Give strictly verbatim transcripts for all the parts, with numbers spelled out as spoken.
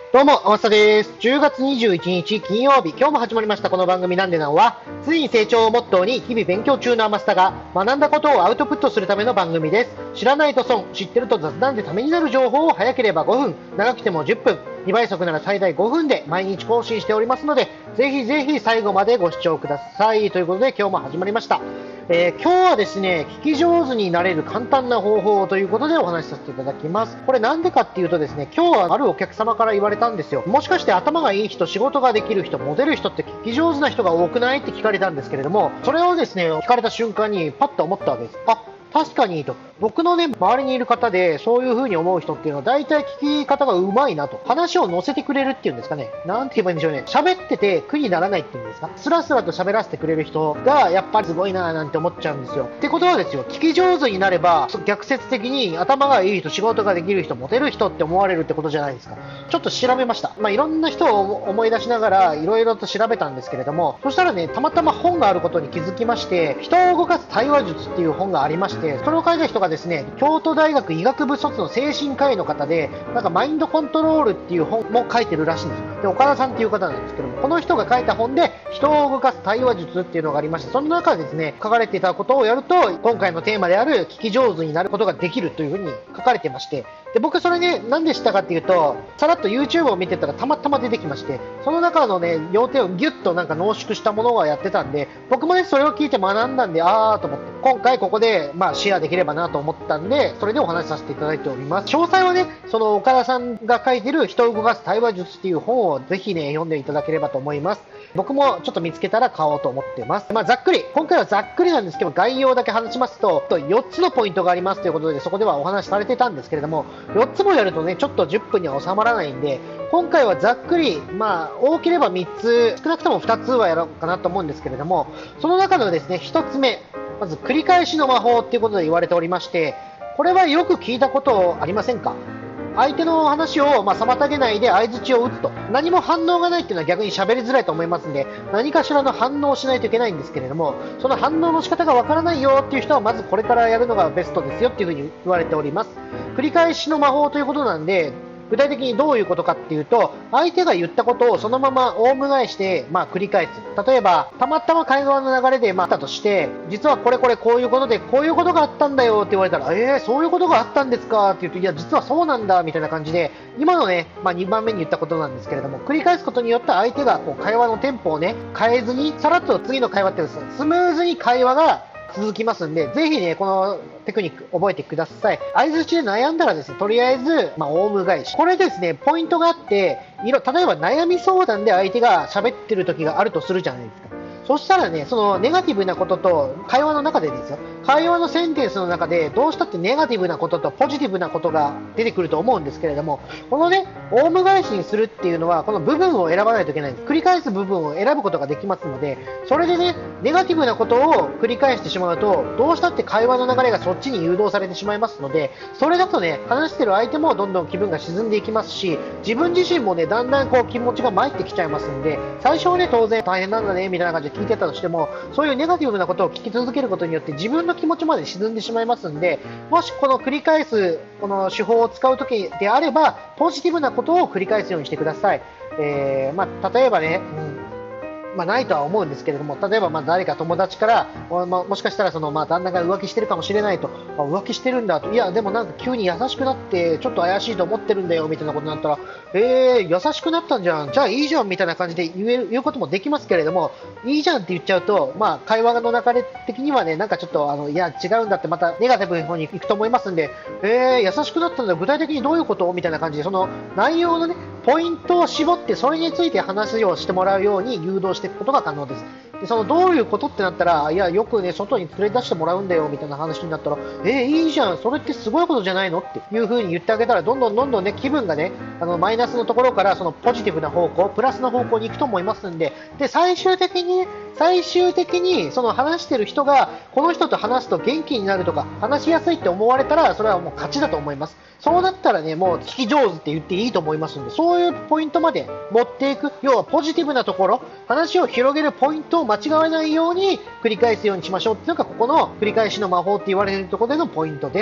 どうも、天下です。じゅうがつにじゅういちにち金曜日、今日も始まりましたこの番組なんでなんは、常に成長をモットーに日々勉強中の天下が学んだことをアウトプットするための番組です。知らないと損、知ってると雑談でためになる情報を早ければごふん、長くてもじゅっぷん、にばい速なら最大ごふんで毎日更新しておりますので、ぜひぜひ最後までご視聴ください。ということで今日も始まりました。えー、今日はですね、聞き上手になれる簡単な方法ということでお話しさせていただきます。これなんでかっていうとですね、今日はあるお客様から言われたんですよ。もしかして頭がいい人、仕事ができる人、モテる人って聞き上手な人が多くないって聞かれたんですけれども、それをですね、聞かれた瞬間にパッと思ったわけです。あ、確かにと。僕のね、周りにいる方でそういう風に思う人っていうのは大体聞き方が上手いなと。話を乗せてくれるっていうんですかね。なんて言えばいいんでしょうね。喋ってて苦にならないっていうんですか。スラスラと喋らせてくれる人がやっぱりすごいなぁなんて思っちゃうんですよ。ってことはですよ、聞き上手になれば逆説的に頭がいい人、仕事ができる人、モテる人って思われるってことじゃないですか。ちょっと調べました。まあ、いろんな人を思い出しながらいろいろと調べたんですけれども、そしたらね、たまたま本があることに気づきまして、人を動かす対話術っていう本がありまして、それを書いた人がですね、京都大学医学部卒の精神科医の方で、なんかマインドコントロールっていう本も書いてるらしいんですよ。で、岡田さんっていう方なんですけども、この人が書いた本で人を動かす対話術っていうのがありまして、その中でですね、書かれていたことをやると、今回のテーマである聞き上手になることができるというふうに書かれてまして、で、僕それね、何でしたかっていうと、さらっと YouTube を見てたらたまたま出てきまして、その中のね、要点をギュッとなんか濃縮したものをやってたんで、僕もね、それを聞いて学んだんで、あーと思って、今回ここで、まあ、シェアできればなと思ったんで、それでお話しさせていただいております。詳細はね、その岡田さんが書いてる人を動かす対話術っていう本をぜひね、読んでいただければと思います。僕もちょっと見つけたら買おうと思ってます。まあ、ざっくり、今回はざっくりなんですけど、概要だけ話しますと、よっつのポイントがありますということで、そこではお話しされてたんですけれども、よっつもやるとね、ちょっとじゅっぷんには収まらないんで、今回はざっくり、まあ、多ければみっつ、少なくともふたつはやろうかなと思うんですけれども、その中のですね、ひとつめ、まず繰り返しの魔法っていうことで言われておりまして、これはよく聞いたことありませんか？相手の話を、まあ、妨げないで相槌を打つと。何も反応がないっていうのは逆に喋りづらいと思いますんで、何かしらの反応をしないといけないんですけれども、その反応の仕方がわからないよっていう人は、まずこれからやるのがベストですよっていうふうに言われております。繰り返しの魔法ということなんで、具体的にどういうことかっていうと、相手が言ったことをそのままオウム返して、まあ、繰り返す。例えば、たまたま会話の流れで、まあ、あったとして、実はこれこれこういうことで、こういうことがあったんだよって言われたら、えー、そういうことがあったんですかって言うと、いや、実はそうなんだ、みたいな感じで、今のね、まあ、にばんめに言ったことなんですけれども、繰り返すことによって相手がこう会話のテンポをね、変えずに、さらっと次の会話ってですね、スムーズに会話が続きますんで、ぜひね、このテクニック覚えてください。相づちで悩んだらですね、とりあえず、まあ、オウム返し。これですね、ポイントがあって、いろ、例えば悩み相談で相手が喋ってる時があるとするじゃないですか。そしたらね、そのネガティブなことと会話の中でですよ、会話のセンテンスの中でどうしたってネガティブなこととポジティブなことが出てくると思うんですけれども、このね、オウム返しにするっていうのは、この部分を選ばないといけないんです。繰り返す部分を選ぶことができますので、それでね、ネガティブなことを繰り返してしまうと、どうしたって会話の流れがそっちに誘導されてしまいますので、それだとね、話してる相手もどんどん気分が沈んでいきますし、自分自身もね、だんだんこう気持ちが参ってきちゃいますんで、最初はね、当然大変なんだね、みたいな感じで聞いてたとしても、そういうネガティブなことを聞き続けることによって自分の気持ちまで沈んでしまいますんで、もしこの繰り返すこの手法を使うときであれば、ポジティブなことを繰り返すようにしてください。えー、まあ、例えばね、うんまあ、ないとは思うんですけれども、例えばまあ誰か友達から、まあ、もしかしたらそのまあ旦那が浮気してるかもしれないと、あ浮気してるんだと、いやでもなんか急に優しくなってちょっと怪しいと思ってるんだよみたいなことになったら、えー、優しくなったんじゃん、じゃあいいじゃんみたいな感じで言える言うこともできますけれども、いいじゃんって言っちゃうと、まあ、会話の流れ的にはね、なんかちょっとあのいや違うんだってまたネガティブの方に行くと思いますんで、えー、優しくなったんだよ、具体的にどういうことみたいな感じで、その内容のねポイントを絞ってそれについて話をしてもらうように誘導していくことが可能です。でそのどういうことってなったら、いやよくね外に連れ出してもらうんだよみたいな話になったら、えー、いいじゃん、それってすごいことじゃないのっていう風に言ってあげたら、どんどんどんどんね気分がねあのマイナスのところからそのポジティブな方向、プラスの方向に行くと思いますんで、で最終的に最終的にその話してる人がこの人と話すと元気になるとか話しやすいって思われたら、それはもう勝ちだと思います。そうなったらね、もう聞き上手って言っていいと思いますんで、そういうポイントまで持っていく、要はポジティブなところ、話を広げるポイントを間違えないように繰り返すようにしましょうっていうのが、ここの繰り返しの魔法って言われているところでのポイントです。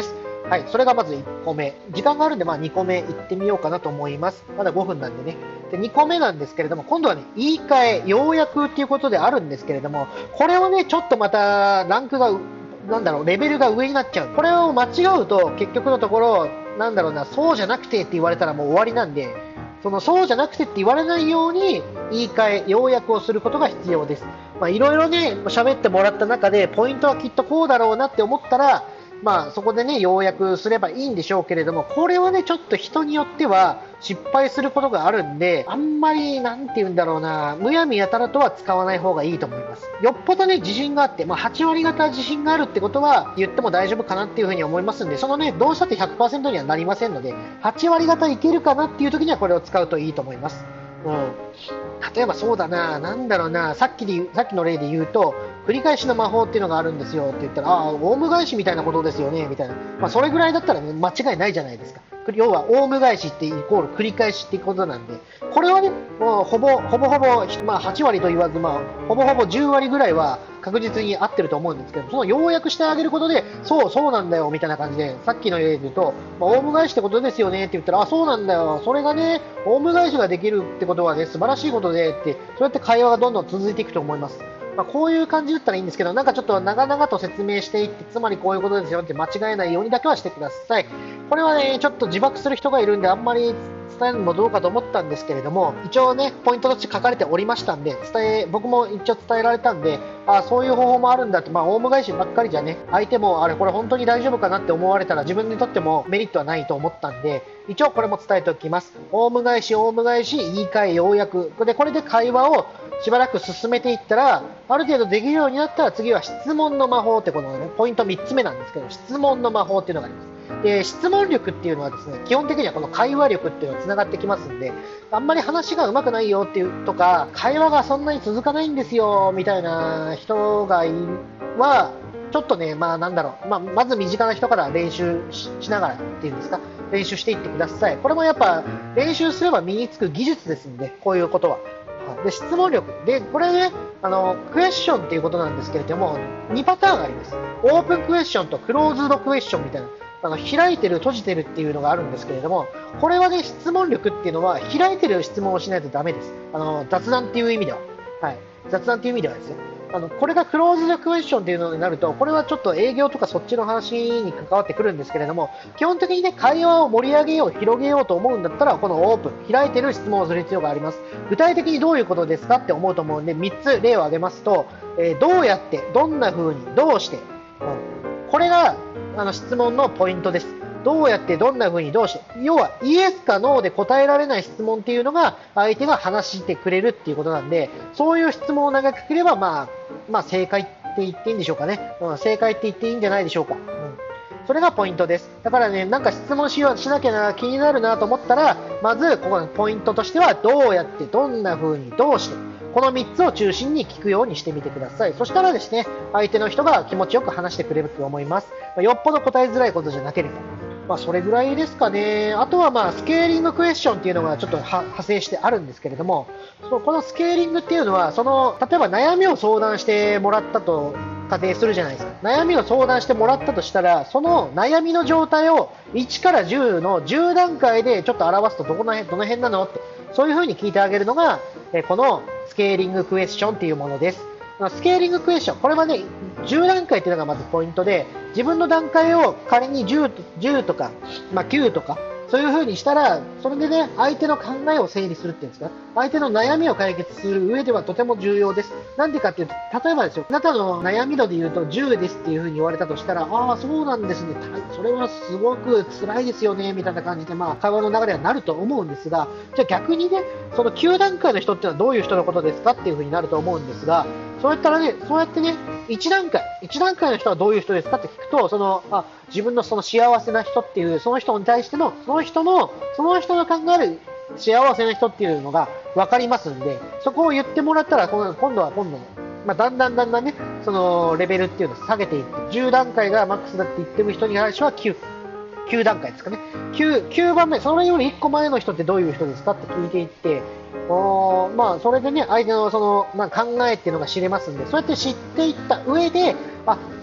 はい、それがまずいっこめ。時間があるんで、まあにこめ行ってみようかなと思います。まだごふんなんでね。で、にこめなんですけれども、今度はね、言い換え、要約っていうことであるんですけれども、これはね、ちょっとまた、ランクが、なんだろう、レベルが上になっちゃう。これを間違うと、結局のところ、なんだろうな、そうじゃなくてって言われたらもう終わりなんで、そのそうじゃなくてって言われないように言い換え、要約をすることが必要です。まあ、いろいろね、喋ってもらった中で、ポイントはきっとこうだろうなって思ったら、まあ、そこでね、要約すればいいんでしょうけれども、これはね、ちょっと人によっては失敗することがあるんで、あんまり、なんて言うんだろうな、むやみやたらとは使わない方がいいと思います。よっぽどね、自信があって、まあ、はち割方自信があるってことは言っても大丈夫かなっていうふうに思いますんで、そのね、どうしたって ひゃくパーセント にはなりませんので、はち割方いけるかなっていう時にはこれを使うといいと思います。うん。例えばそうだな、なんだろうな、さっきでさっきの例で言うと、繰り返しの魔法っていうのがあるんですよって言ったら、ああ、オウム返しみたいなことですよね、みたいな。まあ、それぐらいだったらね、間違いないじゃないですか。要は、オウム返しってイコール繰り返しってことなんで、これはね、もうほぼ、ほぼほぼ、まあ、はち割と言わず、まあ、ほぼほぼじゅう割ぐらいは確実に合ってると思うんですけど、その要約してあげることで、そう、そうなんだよ、みたいな感じで、さっきの例で言うと、まあ、オウム返しってことですよねって言ったら、あ、そうなんだよ、それがね、オウム返しができるってことはね、素晴らしいことでって、そうやって会話がどんどん続いていくと思います。まあ、こういう感じだったらいいんですけど、なんかちょっと長々と説明していって、つまりこういうことですよって間違えないようにだけはしてください。これはね、ちょっと自爆する人がいるんで、あんまり伝えるのもどうかと思ったんですけれども、一応ね、ポイントとして書かれておりましたんで、伝え、僕も一応伝えられたんで、あ、そういう方法もあるんだって、まあ、オウム返しばっかりじゃね、相手も、あれ、これ本当に大丈夫かなって思われたら、自分にとってもメリットはないと思ったんで、一応これも伝えておきます。オウム返し、オウム返し、言い換え、要約。で、これで会話をしばらく進めていったら、ある程度できるようになったら、次は質問の魔法ってこのね、ポイントみっつめなんですけど、質問の魔法っていうのがあります。で、質問力っていうのはですね、基本的にはこの会話力っていうのが繋がってきますんで、あんまり話が上手くないよっていうとか、会話がそんなに続かないんですよ、みたいな人がいは、ちょっとね、まあなんだろう、まあ、まず身近な人から練習ししながらっていうんですか、練習していってください。これもやっぱ練習すれば身につく技術ですんで、こういうことは。で、質問力。で、これね、あの、クエスチョンっていうことなんですけれども、にパターンあります。オープンクエスチョンとクローズドクエスチョンみたいな。あの、開いてる、閉じてるっていうのがあるんですけれども、これはね、質問力っていうのは、開いてる質問をしないとダメです。あの、雑談っていう意味では。はい。雑談っていう意味ではですよ。あの、これがクローズドクエスチョンっていうのになると、これはちょっと営業とかそっちの話に関わってくるんですけれども、基本的にね、会話を盛り上げよう、広げようと思うんだったら、このオープン、開いてる質問をする必要があります。具体的にどういうことですかって思うと思うんで、みっつ例を挙げますと、えー、どうやって、どんな風に、どうして、うん、これがあの質問のポイントです。どうやってどんな風にどうして、要はイエスかノーで答えられない質問っていうのが相手が話してくれるっていうことなんで、そういう質問を投げかければ、まあ、まあ正解って言っていいんでしょうかね。うん、正解って言っていいんじゃないでしょうか。うん、それがポイントです。だからね、なんか質問しようしなきゃな、気になるなと思ったら、まずここのポイントとしては、どうやってどんな風にどうして、このみっつを中心に聞くようにしてみてください。そしたらですね、相手の人が気持ちよく話してくれると思います。よっぽど答えづらいことじゃなければ。まあ、それぐらいですかね。あとは、まあ、スケーリングクエスチョンっていうのがちょっと派生してあるんですけれども、そのこのスケーリングっていうのは、その、例えば悩みを相談してもらったと仮定するじゃないですか。悩みを相談してもらったとしたら、その悩みの状態をいちからじゅうのじゅう段階でちょっと表すとどこの辺、どの辺なのって、そういう風に聞いてあげるのが、えこのスケーリングクエスチョンっていうものです。スケーリングクエスチョン、これはね、じゅう段階っていうのがまずポイントで、自分の段階を仮にじゅう、じゅうとか、まあ、きゅうとか、そういう風にしたら、それでね、相手の考えを整理するっていうんですか、相手の悩みを解決する上ではとても重要です。なんでかっていうと、例えばですよ、あなたの悩み度で言うとじゅうですっていう風に言われたとしたら、ああ、そうなんですね、それはすごく辛いですよね、みたいな感じで、まあ、会話の流れはなると思うんですが、じゃあ逆にね、そのきゅう段階の人っていうのはどういう人のことですかっていう風になると思うんですが、そうやったらね、そうやってね、いち段階、いち段階の人はどういう人ですかって聞くと、その、あ、自分のその幸せな人っていう、その人に対しての、その人の、その人の考える幸せな人っていうのが分かりますんで、そこを言ってもらったら、今度は今度、まあ、だんだんだんだんね、そのレベルっていうのを下げていって、じゅう段階がマックスだって言ってる人に関してはきゅう、きゅう段階ですかね。きゅう、きゅうばんめ、それよりいっこまえの人ってどういう人ですかって聞いていって、おまあ、それでね、相手のその、まあ、考えっていうのが知れますんで、そうやって知っていった上で、あ、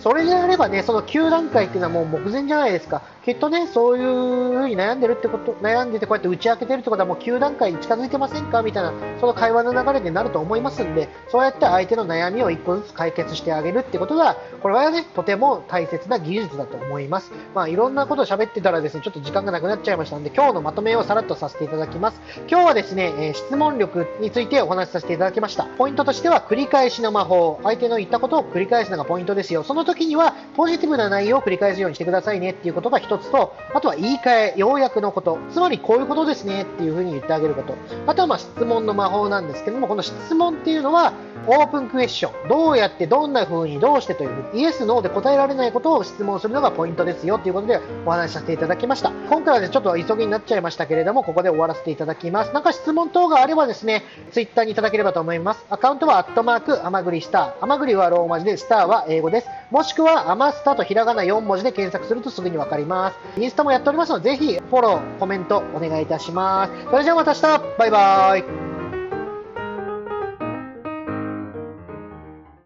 それであればね、そのきゅう段階っていうのはもう目前じゃないですか。きっとね、そういう風に悩んでるってこと、悩んでてこうやって打ち明けてるってことはもうきゅう段階に近づいてませんかみたいな、その会話の流れになると思いますんで、そうやって相手の悩みをいっこずつ解決してあげるってことが、これはね、とても大切な技術だと思います。まあ、いろんなことを喋ってたらですね、ちょっと時間がなくなっちゃいましたので、今日のまとめをさらっとさせていただきます。今日はですね、えー質問力についてお話しさせていただきました。ポイントとしては、繰り返しの魔法。相手の言ったことを繰り返すのがポイントですよ。その時には、ポジティブな内容を繰り返すようにしてくださいねっていうことが一つと、あとは言い換え、要約のこと。つまりこういうことですねっていうふうに言ってあげること。あとはまあ質問の魔法なんですけども、この質問っていうのは、オープンクエスチョン。どうやって、どんな風に、どうしてというふうに、イエス、ノーで答えられないことを質問するのがポイントですよということでお話しさせていただきました。今回はね、ちょっと急ぎになっちゃいましたけれども、ここで終わらせていただきます。なんか質問等があればですね、ツイッターにいただければと思います。アカウントはアットマーク、アマグリスター。アマグリはローマ字で、スターは英語です。もしくは、アマスタとひらがなよん文字で検索するとすぐにわかります。インスタもやっておりますので、ぜひフォロー、コメントお願いいたします。それじゃあまた明日、バイバーイ。